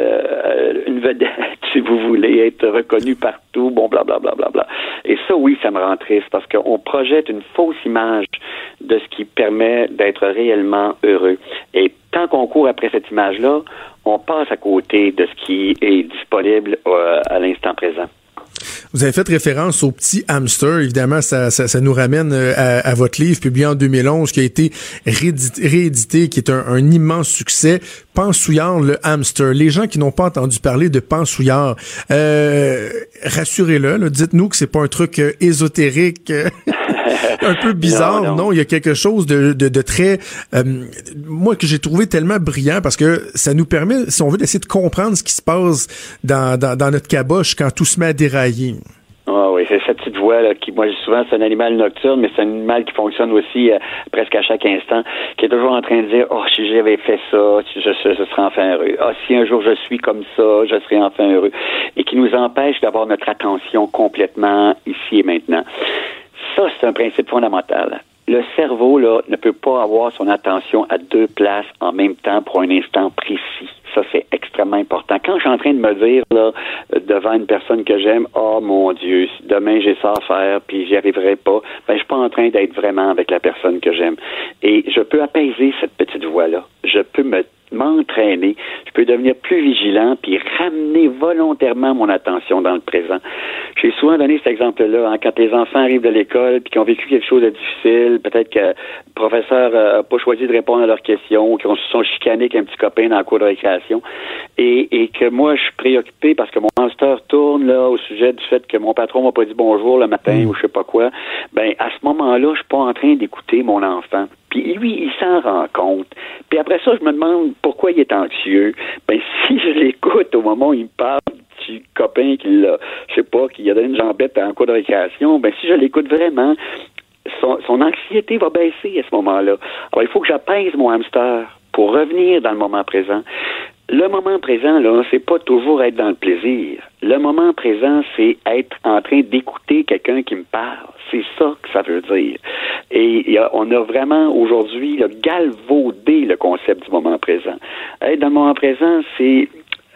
une vedette, si vous voulez, être reconnu partout, bon, blablabla. Bla, bla, bla. Et ça, oui, ça me rend triste parce qu'on projette une fausse image de ce qui permet d'être réellement heureux. Et tant qu'on court après cette image-là, on passe à côté de ce qui est disponible à l'instant présent. Vous avez fait référence au petit hamster. Évidemment, ça nous ramène à votre livre publié en 2011 qui a été réédité, qui est un immense succès. Pansouillard, le hamster. Les gens qui n'ont pas entendu parler de Pansouillard, rassurez-le, là, dites-nous que c'est pas un truc ésotérique un peu bizarre. Non, il y a quelque chose de très moi que j'ai trouvé tellement brillant parce que ça nous permet, si on veut, d'essayer de comprendre ce qui se passe dans notre caboche quand tout se met à dérailler. Ah oui, c'est cette petite voix là qui, moi, souvent, c'est un animal nocturne, mais c'est un animal qui fonctionne aussi presque à chaque instant, qui est toujours en train de dire, oh, si j'avais fait ça, je serais enfin heureux. Ah, si un jour je suis comme ça, je serai enfin heureux. Et qui nous empêche d'avoir notre attention complètement ici et maintenant. Ça, c'est un principe fondamental. Le cerveau, là, ne peut pas avoir son attention à deux places en même temps pour un instant précis. Ça, c'est extrêmement important. Quand je suis en train de me dire, là, devant une personne que j'aime, oh mon Dieu, demain j'ai ça à faire, puis j'y arriverai pas, ben, je suis pas en train d'être vraiment avec la personne que j'aime. Et je peux apaiser cette petite voix-là. Je peux m'entraîner, je peux devenir plus vigilant puis ramener volontairement mon attention dans le présent. J'ai souvent donné cet exemple-là, hein, quand les enfants arrivent de l'école puis qu'ils ont vécu quelque chose de difficile, peut-être que le professeur n'a pas choisi de répondre à leurs questions, qu'ils se sont chicanés avec un petit copain dans la cour de récréation, récupération. Et que moi, je suis préoccupé parce que mon hamster tourne là au sujet du fait que mon patron m'a pas dit bonjour le matin ou je sais pas quoi. Ben, à ce moment-là, je suis pas en train d'écouter mon enfant. Puis lui, il s'en rend compte. Puis après ça, je me demande pourquoi il est anxieux. Ben, si je l'écoute au moment où il me parle du copain qui l'a, je sais pas, qui a donné une jambette en cours de récréation, ben, si je l'écoute vraiment, son anxiété va baisser à ce moment-là. Alors, il faut que j'apaise mon hamster pour revenir dans le moment présent. Le moment présent, là, c'est pas toujours être dans le plaisir. Le moment présent, c'est être en train d'écouter quelqu'un qui me parle. C'est ça que ça veut dire. Et on a vraiment, aujourd'hui, galvaudé le concept du moment présent. Être dans le moment présent, c'est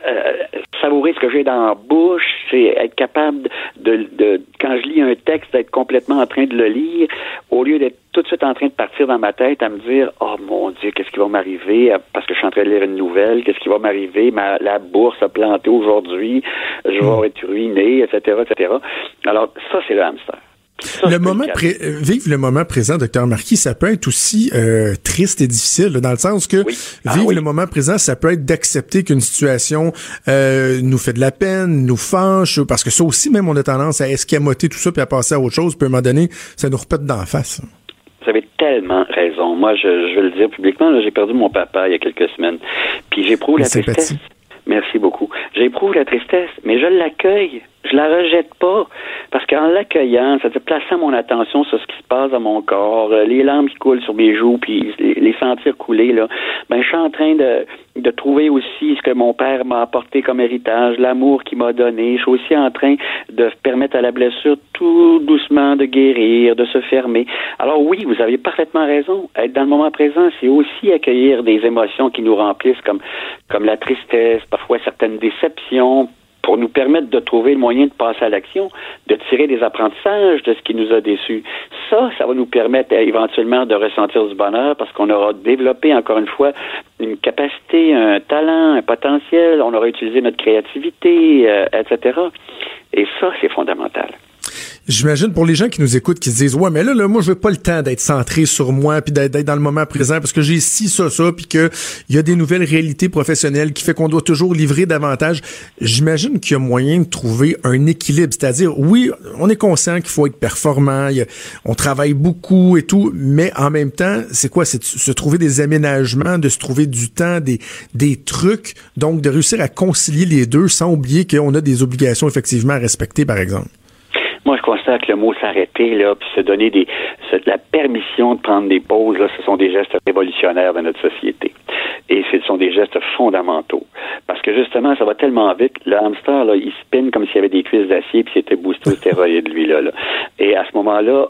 savourer ce que j'ai dans la bouche, c'est être capable de quand je lis un texte, d'être complètement en train de le lire, au lieu d'être tout de suite en train de partir dans ma tête à me dire « Oh mon Dieu, qu'est-ce qui va m'arriver? Parce que je suis en train de lire une nouvelle, qu'est-ce qui va m'arriver? La bourse a planté aujourd'hui, je vais être ruiné, etc., etc. » Alors, ça, c'est le hamster. Ça, vivre le moment présent, Dr Marquis, ça peut être aussi triste et difficile, là, dans le sens que vivre le moment présent, ça peut être d'accepter qu'une situation nous fait de la peine, nous fâche, parce que ça aussi, même, on a tendance à escamoter tout ça puis à passer à autre chose, puis à un moment donné, ça nous repète d'en face. Vous avez tellement raison. Moi, je veux le dire publiquement, là, j'ai perdu mon papa il y a quelques semaines, puis j'éprouve la tristesse. Merci beaucoup. J'éprouve la tristesse, mais je l'accueille. Je la rejette pas. Parce qu'en l'accueillant, c'est-à-dire plaçant mon attention sur ce qui se passe dans mon corps, les larmes qui coulent sur mes joues, puis les sentir couler, là, ben, je suis en train de trouver aussi ce que mon père m'a apporté comme héritage, l'amour qu'il m'a donné. Je suis aussi en train de permettre à la blessure tout doucement de guérir, de se fermer. Alors oui, vous avez parfaitement raison. Être dans le moment présent, c'est aussi accueillir des émotions qui nous remplissent, comme la tristesse, parfois certaines déceptions, pour nous permettre de trouver le moyen de passer à l'action, de tirer des apprentissages de ce qui nous a déçus. Ça va nous permettre éventuellement de ressentir du bonheur parce qu'on aura développé, encore une fois, une capacité, un talent, un potentiel, on aura utilisé notre créativité, etc. Et ça, c'est fondamental. J'imagine pour les gens qui nous écoutent, qui se disent « Ouais, mais là, moi, je veux pas le temps d'être centré sur moi puis d'être dans le moment présent parce que j'ai ci, ça, puis que il y a des nouvelles réalités professionnelles qui fait qu'on doit toujours livrer davantage. » J'imagine qu'il y a moyen de trouver un équilibre. C'est-à-dire, oui, on est conscient qu'il faut être performant, on travaille beaucoup et tout, mais en même temps, c'est quoi? C'est de se trouver des aménagements, de se trouver du temps, des trucs, donc de réussir à concilier les deux sans oublier qu'on a des obligations effectivement à respecter, par exemple. Moi, je constate que le mot s'arrêter, là, puis se donner la permission de prendre des pauses, là, ce sont des gestes révolutionnaires dans notre société. Et ce sont des gestes fondamentaux. Parce que justement, ça va tellement vite. Le hamster, là, il spinne comme s'il y avait des cuisses d'acier puis c'était boosté aux stéroïdes, lui, là. Et à ce moment-là,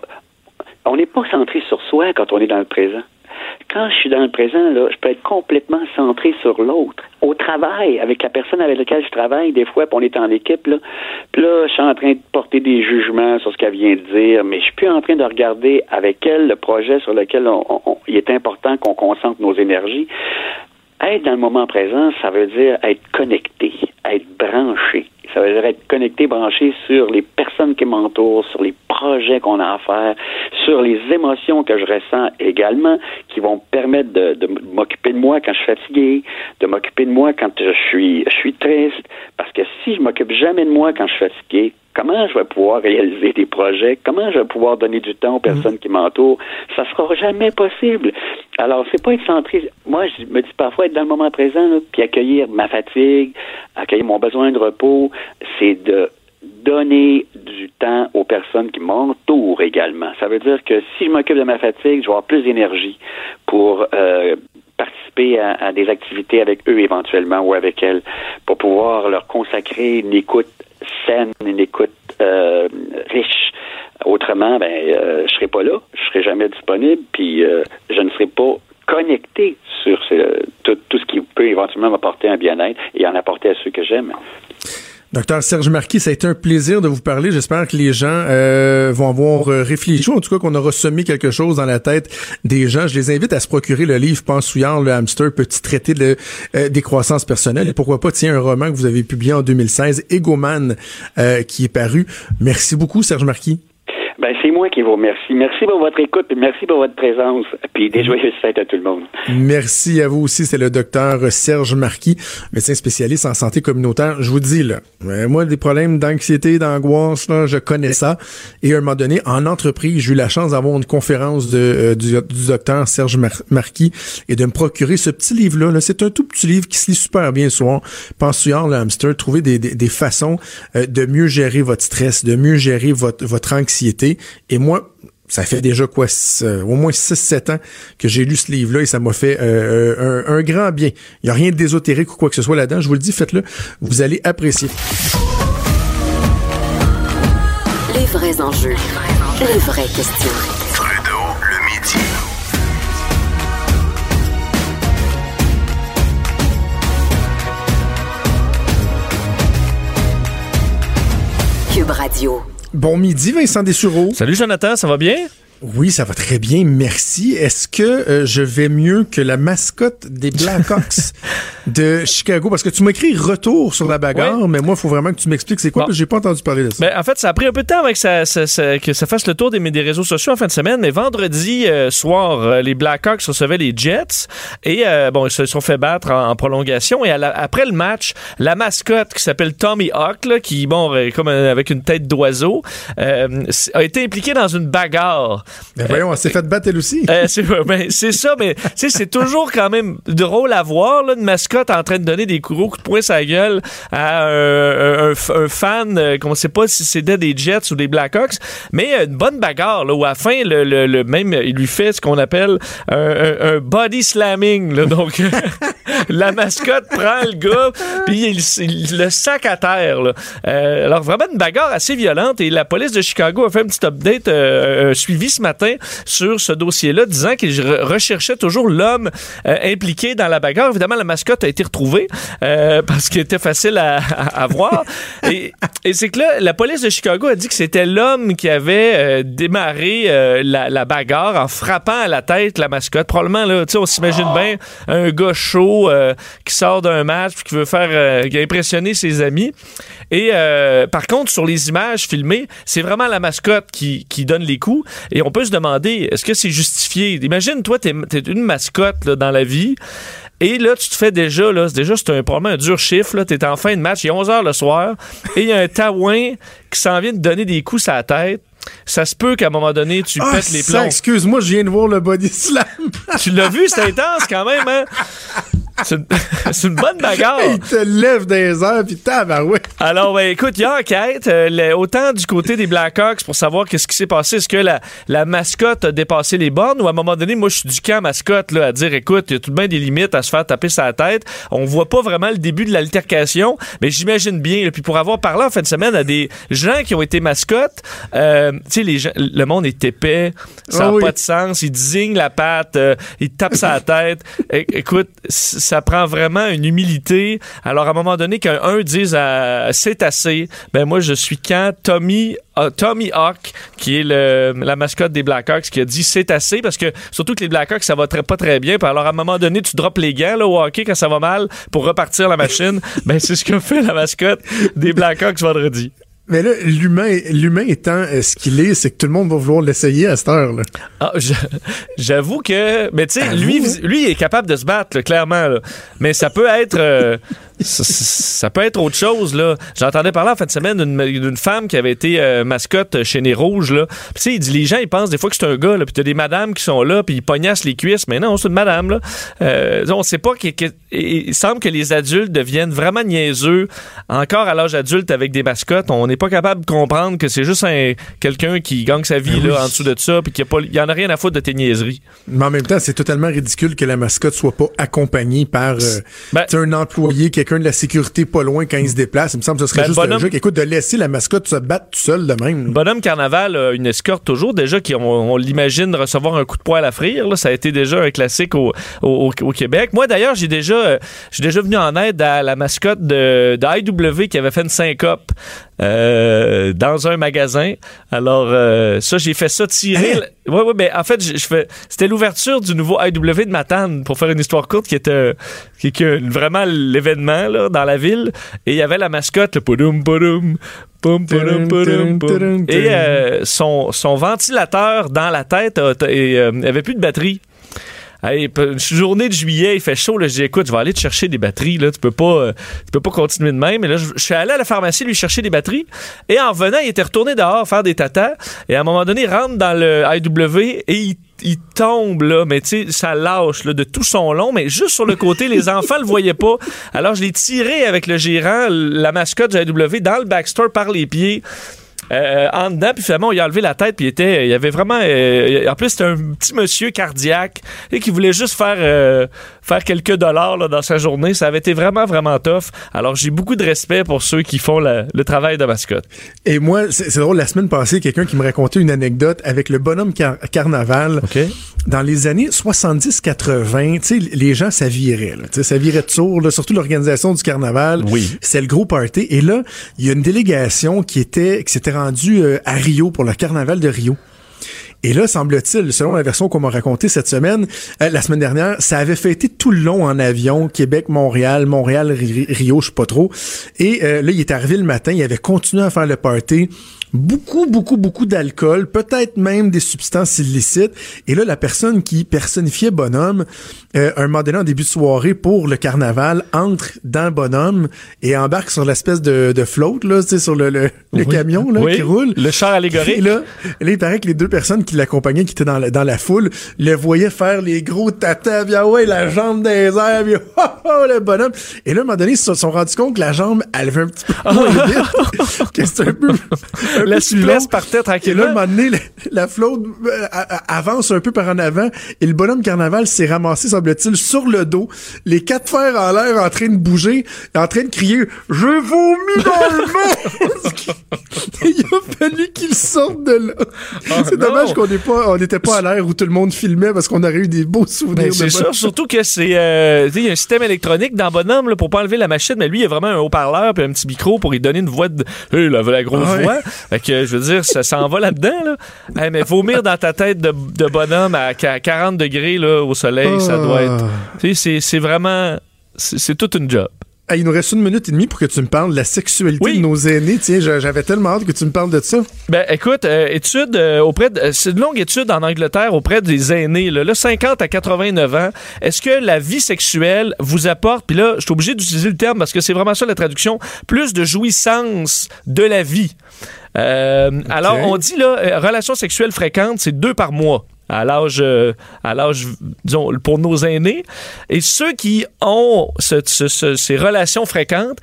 on n'est pas centré sur soi quand on est dans le présent. Quand je suis dans le présent, là, je peux être complètement centré sur l'autre. Au travail, avec la personne avec laquelle je travaille, des fois, puis on est en équipe, là. Puis là, je suis en train de porter des jugements sur ce qu'elle vient de dire, mais je suis plus en train de regarder avec elle le projet sur lequel il est important qu'on concentre nos énergies. Être dans le moment présent, ça veut dire être connecté, être branché. Ça veut dire être connecté, branché sur les personnes qui m'entourent, sur les projets qu'on a à faire, sur les émotions que je ressens également, qui vont me permettre de m'occuper de moi quand je suis fatigué, de m'occuper de moi quand je suis triste. Parce que si je m'occupe jamais de moi quand je suis fatigué, comment je vais pouvoir réaliser des projets? Comment je vais pouvoir donner du temps aux personnes qui m'entourent? Ça sera jamais possible. Alors, c'est pas être centré. Moi, je me dis parfois être dans le moment présent, là, puis accueillir ma fatigue, accueillir mon besoin de repos, c'est de donner du temps aux personnes qui m'entourent également. Ça veut dire que si je m'occupe de ma fatigue, je vais avoir plus d'énergie pour participer à des activités avec eux éventuellement ou avec elles, pour pouvoir leur consacrer une écoute saine, une écoute riche. Autrement, je serai pas là, je serai jamais disponible, puis je ne serai pas connecté sur tout ce qui peut éventuellement m'apporter un bien-être et en apporter à ceux que j'aime. Docteur Serge Marquis, ça a été un plaisir de vous parler. J'espère que les gens vont avoir réfléchi, en tout cas qu'on aura semé quelque chose dans la tête des gens. Je les invite à se procurer le livre Pensouillard, le hamster, petit traité de décroissance personnelle. Et pourquoi pas, un roman que vous avez publié en 2016, Egoman, qui est paru. Merci beaucoup, Serge Marquis. Ben, c'est moi qui vous remercie. Merci pour votre écoute et merci pour votre présence. Puis des joyeuses fêtes à tout le monde. Merci à vous aussi. C'est le docteur Serge Marquis, médecin spécialiste en santé communautaire. Je vous dis, là, moi, des problèmes d'anxiété, d'angoisse, là, je connais ça. Et à un moment donné, en entreprise, j'ai eu la chance d'avoir une conférence du docteur Serge Marquis et de me procurer ce petit livre-là. Là. C'est un tout petit livre qui se lit super bien le soir. Pensez-y, le hamster, trouver des façons de mieux gérer votre stress, de mieux gérer votre anxiété. Et moi, ça fait déjà au moins 6-7 ans que j'ai lu ce livre-là et ça m'a fait un grand bien. Il n'y a rien d'ésotérique ou quoi que ce soit là-dedans. Je vous le dis, faites-le. Vous allez apprécier. Les vrais enjeux. Les vraies questions. Trudeau, le midi. Cube Radio. Bon midi, Vincent Dessureau. Salut Jonathan, ça va bien? Oui, ça va très bien, merci. Est-ce que je vais mieux que la mascotte des Blackhawks de Chicago? Parce que tu m'écris retour sur la bagarre, mais moi, il faut vraiment que tu m'expliques c'est quoi, parce que j'ai pas entendu parler de ça. Ben, en fait, ça a pris un peu de temps avec que ça fasse le tour des réseaux sociaux en fin de semaine, mais vendredi soir, les Blackhawks recevaient les Jets et ils se sont fait battre en prolongation. Et après le match, la mascotte qui s'appelle Tommy Hawk, là, qui, comme avec une tête d'oiseau, a été impliquée dans une bagarre. Ben voyons, on s'est fait battre elle aussi. C'est ça, mais c'est toujours quand même drôle à voir, là, une mascotte en train de donner des gros coups de poing sur la gueule à un fan, qu'on ne sait pas si c'était des Jets ou des Blackhawks, mais une bonne bagarre, là, où à la fin, même, il lui fait ce qu'on appelle un body slamming, là, donc la mascotte prend le gars, puis il le sac à terre, là. Alors vraiment une bagarre assez violente, et la police de Chicago a fait un petit update suivi ce matin sur ce dossier-là, disant qu'il recherchait toujours l'homme impliqué dans la bagarre. Évidemment, la mascotte a été retrouvée parce qu'elle était facile à voir. Et c'est que là, la police de Chicago a dit que c'était l'homme qui avait démarré la bagarre en frappant à la tête la mascotte. Probablement, là, tu sais, on s'imagine bien un gars chaud qui sort d'un match puis qui veut faire impressionner ses amis. Et par contre, sur les images filmées, c'est vraiment la mascotte qui donne les coups. Et on peut se demander, est-ce que c'est justifié? Imagine, toi, t'es une mascotte là, dans la vie. Et là, tu te fais déjà, c'est probablement un dur chiffre. Là, t'es en fin de match, il est 11h le soir, et il y a un taouin qui s'en vient de donner des coups sur la tête. Ça se peut qu'à un moment donné, tu pètes les plombs. Excuse-moi, je viens de voir le body slam. Tu l'as vu, c'est intense quand même, hein? C'est une bonne bagarre. Il te lève des airs puis tabarouette. Alors, écoute, il y a enquête, autant du côté des Blackhawks pour savoir qu'est-ce qui s'est passé. Est-ce que la mascotte a dépassé les bornes, ou à un moment donné, moi, je suis du camp mascotte, là, à dire, écoute, il y a tout de même des limites à se faire taper sa tête. On voit pas vraiment le début de l'altercation, mais j'imagine bien. Là, puis pour avoir parlé en fin de semaine à des gens qui ont été mascottes, tu sais, le monde est épais, ça n'a pas de sens, ils désignent la patte, ils tapent sa tête. Écoute, ça prend vraiment une humilité. Alors, à un moment donné, qu'un dise c'est assez, ben moi, je suis quand Tommy Hawk, qui est la mascotte des Blackhawks, qui a dit c'est assez, parce que surtout que les Blackhawks, ça va pas très bien. Puis alors, à un moment donné, tu droppes les gants là, au hockey quand ça va mal pour repartir la machine. Ben, c'est ce que fait la mascotte des Blackhawks vendredi. Mais là, l'humain étant ce qu'il est, c'est que tout le monde va vouloir l'essayer à cette heure, là. Ah, j'avoue que... Mais tu sais, lui, il est capable de se battre, là, clairement, là. Mais ça peut être... ça peut être autre chose, là. J'entendais parler en fin de semaine d'une femme qui avait été mascotte chez Les Rouges, là. Puis tu sais, il dit, les gens, ils pensent des fois que c'est un gars, là, puis t'as des madames qui sont là, puis ils pognassent les cuisses. Mais non, c'est une madame, là. On sait pas il semble que les adultes deviennent vraiment niaiseux, encore à l'âge adulte avec des mascottes. On n'est pas capable de comprendre que c'est juste quelqu'un qui gagne sa vie là, en dessous de ça, puis qu'il y en a rien à foutre de tes niaiseries. Mais en même temps, c'est totalement ridicule que la mascotte soit pas accompagnée par un employé, quelqu'un de la sécurité pas loin quand il se déplace. Il me semble que ce serait juste logique. Écoute, de laisser la mascotte se battre tout seul de même. Bonhomme Carnaval a une escorte toujours, déjà, on l'imagine recevoir un coup de poing à la frire. Là. Ça a été déjà un classique au Québec. Moi, d'ailleurs, j'ai déjà venu en aide à la mascotte de IW qui avait fait une syncope dans un magasin. Alors, ça, j'ai fait ça tirer. Oui, ben en fait, c'était l'ouverture du nouveau IW de Matane, pour faire une histoire courte, qui était vraiment l'événement. enfants là, dans la ville et il y avait la mascotte, le poudoum, poudoum, poum, poudoum, poudoum, poum. Et son ventilateur dans la tête avait plus de batterie. Hey, une journée de juillet, il fait chaud. Là, je dis, écoute, je vais aller te chercher des batteries. Là, tu peux pas continuer de même. Et là, je suis allé à la pharmacie lui chercher des batteries. Et en revenant, il était retourné dehors faire des tatas. Et à un moment donné, il rentre dans le IW et il tombe, là, mais tu sais, ça lâche là, de tout son long, mais juste sur le côté, les enfants le voyaient pas. Alors, je l'ai tiré avec le gérant, la mascotte du IW, dans le backstore par les pieds. En dedans, puis finalement, il a enlevé la tête, puis il y avait vraiment... en plus, c'était un petit monsieur cardiaque et qui voulait juste faire quelques dollars là, dans sa journée. Ça avait été vraiment, vraiment tough. Alors, j'ai beaucoup de respect pour ceux qui font le travail de mascotte. Et moi, c'est drôle, la semaine passée, quelqu'un qui me racontait une anecdote avec le bonhomme carnaval. Okay. Dans les années 70-80, tu sais, les gens, ça virait. Là, ça virait de sourd, là, surtout l'organisation du carnaval. Oui. C'est le gros party. Et là, il y a une délégation qui s'était rendue à Rio pour le carnaval de Rio. Et là, semble-t-il, selon la version qu'on m'a racontée cette semaine, la semaine dernière, ça avait fêté tout le long en avion, Québec-Montréal, Montréal-Rio, je sais pas trop. Et là, il est arrivé le matin, il avait continué à faire le party. Beaucoup d'alcool, peut-être même des substances illicites. Et là, la personne qui personnifiait Bonhomme, un moment donné, en début de soirée pour le carnaval, entre dans Bonhomme et embarque sur l'espèce de float, là, tu sais, sur le camion là, qui roule. Le char allégorique. Et là, il paraît que les deux personnes qui l'accompagnaient, qui étaient dans la foule, le voyaient faire les gros tatas, bien ouais, la jambe dans les airs, bien le Bonhomme. Et là, à un moment donné, ils se sont rendus compte que la jambe, elle avait un petit peu moins vite, que c'était un peu... La souplesse partait tranquillement. Et là, à un moment donné, la flotte avance un peu par en avant et le bonhomme carnaval s'est ramassé, semble-t-il, sur le dos, les quatre fers en l'air en train de bouger, en train de crier « Je vomis dans le masque! » Il a fallu qu'il sorte de là. C'est dommage qu'on n'était pas à l'ère où tout le monde filmait parce qu'on aurait eu des beaux souvenirs de c'est ça, surtout que c'est il y a un système électronique dans Bonhomme là, pour pas enlever la machine, mais lui, il y a vraiment un haut-parleur puis un petit micro pour lui donner une voix la grosse voix. Fait que, je veux dire, ça s'en va là-dedans, là. Hey, mais vomir dans ta tête de bonhomme à 40 degrés, là, au soleil, ça doit être... Tu sais, c'est vraiment... C'est toute une job. Hey, il nous reste 1 minute et demie pour que tu me parles de la sexualité de nos aînés. Tiens, j'avais tellement hâte que tu me parles de ça. Ben, écoute, c'est une longue étude en Angleterre auprès des aînés, là, 50 à 89 ans. Est-ce que la vie sexuelle vous apporte, puis là, je suis obligé d'utiliser le terme parce que c'est vraiment ça la traduction, plus de jouissance de la vie? Alors, on dit, là, relations sexuelles fréquentes, c'est 2 par mois. À l'âge, disons, pour nos aînés. Et ceux qui ont ces relations fréquentes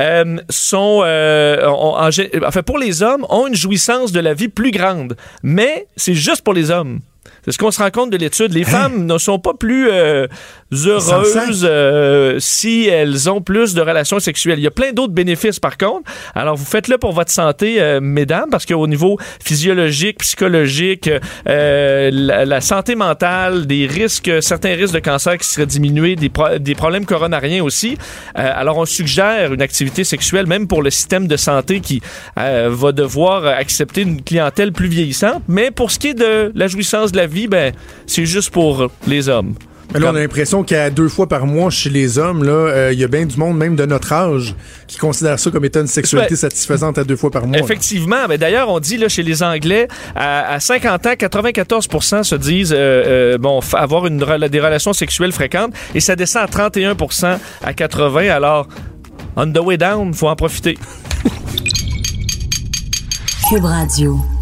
pour les hommes, ont une jouissance de la vie plus grande. Mais c'est juste pour les hommes. C'est ce qu'on se rend compte de l'étude. Les femmes ne sont pas plus heureuses si elles ont plus de relations sexuelles. Il y a plein d'autres bénéfices, par contre. Alors, vous faites-le pour votre santé, mesdames, parce qu'au niveau physiologique, psychologique, la santé mentale, certains risques de cancer qui seraient diminués, des problèmes coronariens aussi. Alors, on suggère une activité sexuelle, même pour le système de santé qui va devoir accepter une clientèle plus vieillissante. Mais pour ce qui est de la jouissance de la vie, ben, c'est juste pour les hommes. Mais là, on a l'impression qu'à 2 fois par mois chez les hommes, là, il y a bien du monde, même de notre âge, qui considère ça comme étant une sexualité satisfaisante à 2 fois par mois. Effectivement. Mais d'ailleurs, on dit là, chez les Anglais, à 50 ans, 94% se disent avoir des relations sexuelles fréquentes et ça descend à 31% à 80%. Alors, on the way down, faut en profiter. Cube Radio.